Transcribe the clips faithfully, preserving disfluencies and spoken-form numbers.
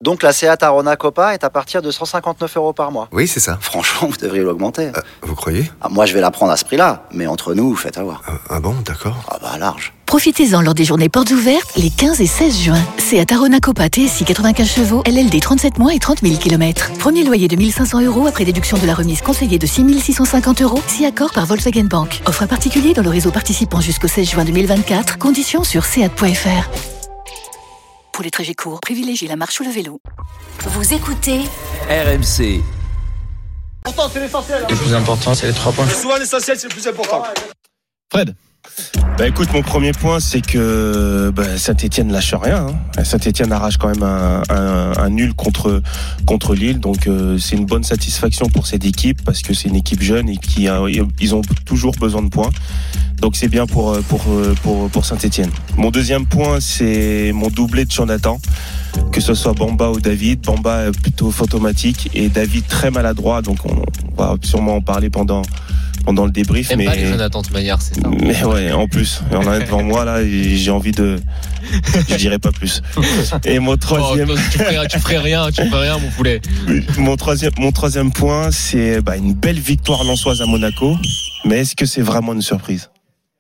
Donc la Seat Arona Copa est à partir de cent cinquante-neuf euros par mois. Oui, c'est ça. Franchement, vous devriez l'augmenter. Euh, vous croyez ? Ah, moi, je vais la prendre à ce prix-là, mais entre nous, faites avoir. Ah, ah bon, d'accord. Ah bah large. Profitez-en lors des journées portes ouvertes les quinze et seize juin. Seat Arona Copa T S I quatre-vingt-quinze chevaux, L L D trente-sept mois et trente mille kilomètres. Premier loyer de mille cinq cents euros après déduction de la remise conseillée de six mille six cent cinquante euros, si accord par Volkswagen Bank. Offre à particulier dans le réseau participant jusqu'au seize juin deux mille vingt-quatre. Conditions sur seat point f r. Pour les trajets courts, privilégiez la marche ou le vélo. Vous écoutez R M C. Important, c'est l'essentiel. Le plus important, c'est les trois points. Souvent, l'essentiel, c'est le plus important. Fred. Bah écoute, mon premier point, c'est que bah, Saint-Etienne lâche rien. Hein. Saint-Etienne arrache quand même un, un, un nul contre contre Lille, donc euh, c'est une bonne satisfaction pour cette équipe parce que c'est une équipe jeune et qui a, ils ont toujours besoin de points. Donc c'est bien pour pour pour pour Saint-Etienne. Mon deuxième point, c'est mon doublé de Jonathan, que ce soit Bamba ou David. Bamba plutôt photomatique et David très maladroit. Donc on, on va sûrement en parler pendant. pendant le débrief. Même mais pas les Jonathan de manière, c'est ça. Mais ouais, en plus, on en a devant moi là, et j'ai envie de, je dirais pas plus. Et mon troisième, oh, tu ferais, tu ferais rien, tu ferais rien, mon poulet. Mon troisième, mon troisième point, c'est bah, une belle victoire lensoise à Monaco. Mais est-ce que c'est vraiment une surprise ?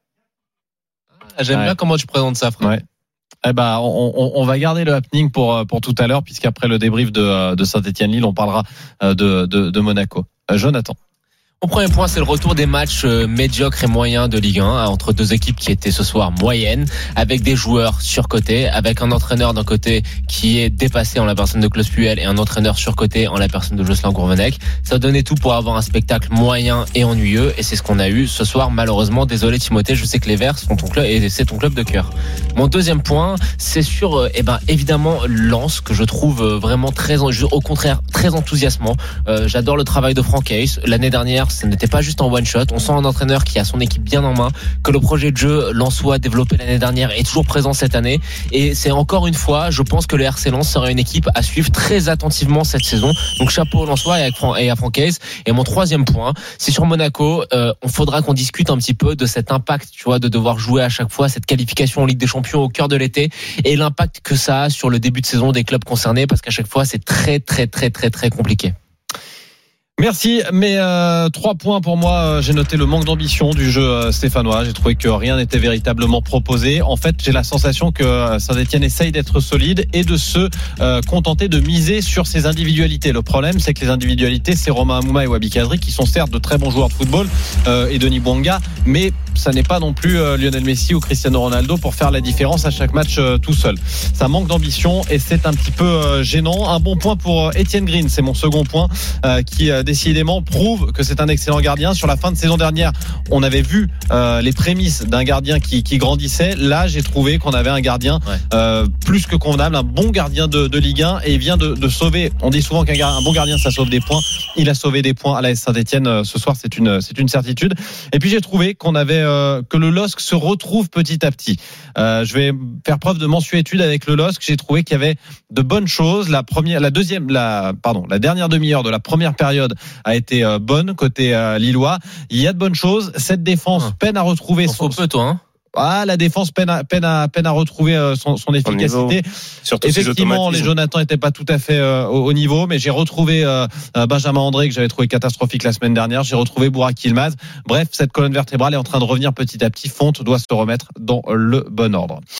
Ah, j'aime ouais. bien comment tu présentes ça, frère. Ouais. Eh ben, on, on, on va garder le happening pour pour tout à l'heure, puisqu'après le débrief de de Saint-Etienne-Lille, on parlera de de, de Monaco. Euh, Jonathan. Mon premier point, c'est le retour des matchs euh, médiocres et moyens de Ligue un, hein, entre deux équipes qui étaient ce soir moyennes, avec des joueurs surcotés, avec un entraîneur d'un côté qui est dépassé en la personne de Klaus Puel et un entraîneur surcoté en la personne de Jocelyn Gourvenec. Ça donnait tout pour avoir un spectacle moyen et ennuyeux, et c'est ce qu'on a eu ce soir, malheureusement. Désolé Timothée, je sais que les Verts sont ton club et c'est ton club de cœur. Mon deuxième point, c'est sur, euh, eh ben, évidemment, Lens, que je trouve euh, vraiment très, au contraire, très enthousiasmant. Euh, j'adore le travail de Franck Hayes. L'année dernière, ce n'était pas juste en one shot. On sent un entraîneur qui a son équipe bien en main, que le projet de jeu lensois développé l'année dernière est toujours présent cette année. Et c'est encore une fois, je pense que le R C Lens sera une équipe à suivre très attentivement cette saison. Donc chapeau au lensois et à Franck Hayes. Et mon troisième point, c'est sur Monaco. Euh, on faudra qu'on discute un petit peu de cet impact, tu vois, de devoir jouer à chaque fois cette qualification en Ligue des Champions au cœur de l'été et l'impact que ça a sur le début de saison des clubs concernés, parce qu'à chaque fois c'est très très très très très compliqué. Merci, mais euh, trois points pour moi. Euh, j'ai noté le manque d'ambition du jeu euh, stéphanois. J'ai trouvé que rien n'était véritablement proposé. En fait, j'ai la sensation que euh, Saint-Etienne essaye d'être solide et de se euh, contenter de miser sur ses individualités. Le problème, c'est que les individualités, c'est Romain Amouma et Wabi Kazri, qui sont certes de très bons joueurs de football, euh, et Denis Bouanga, mais ça n'est pas non plus euh, Lionel Messi ou Cristiano Ronaldo pour faire la différence à chaque match euh, tout seul. Ça manque d'ambition et c'est un petit peu euh, gênant. Un bon point pour euh, Étienne Green, c'est mon second point, euh, qui euh, décidément prouve que c'est un excellent gardien. Sur la fin de saison dernière, on avait vu euh, les prémices d'un gardien qui, qui grandissait. Là, j'ai trouvé qu'on avait un gardien ouais. euh, plus que convenable, un bon gardien de, de Ligue un, et il vient de, de sauver. On dit souvent qu'un gar, un bon gardien, ça sauve des points. Il a sauvé des points à la Saint-Etienne euh, ce soir, c'est une, c'est une certitude. Et puis j'ai trouvé qu'on avait euh, que le L O S C se retrouve petit à petit. Euh, je vais faire preuve de mansuétude avec le L O S C. J'ai trouvé qu'il y avait de bonnes choses. La première, la deuxième, la pardon, la dernière demi-heure de la première période a été euh, bonne côté euh, lillois. Il y a de bonnes choses. Cette défense ah. peine à retrouver son peu toi hein. Ah, la défense peine à, peine à, peine à retrouver euh, son, son efficacité. Effectivement, les Jonathan n'étaient pas tout à fait euh, au, au niveau, mais j'ai retrouvé euh, Benjamin André, que j'avais trouvé catastrophique la semaine dernière. J'ai retrouvé Burak Yilmaz. Bref, cette colonne vertébrale est en train de revenir petit à petit. Fonte doit se remettre dans le bon ordre.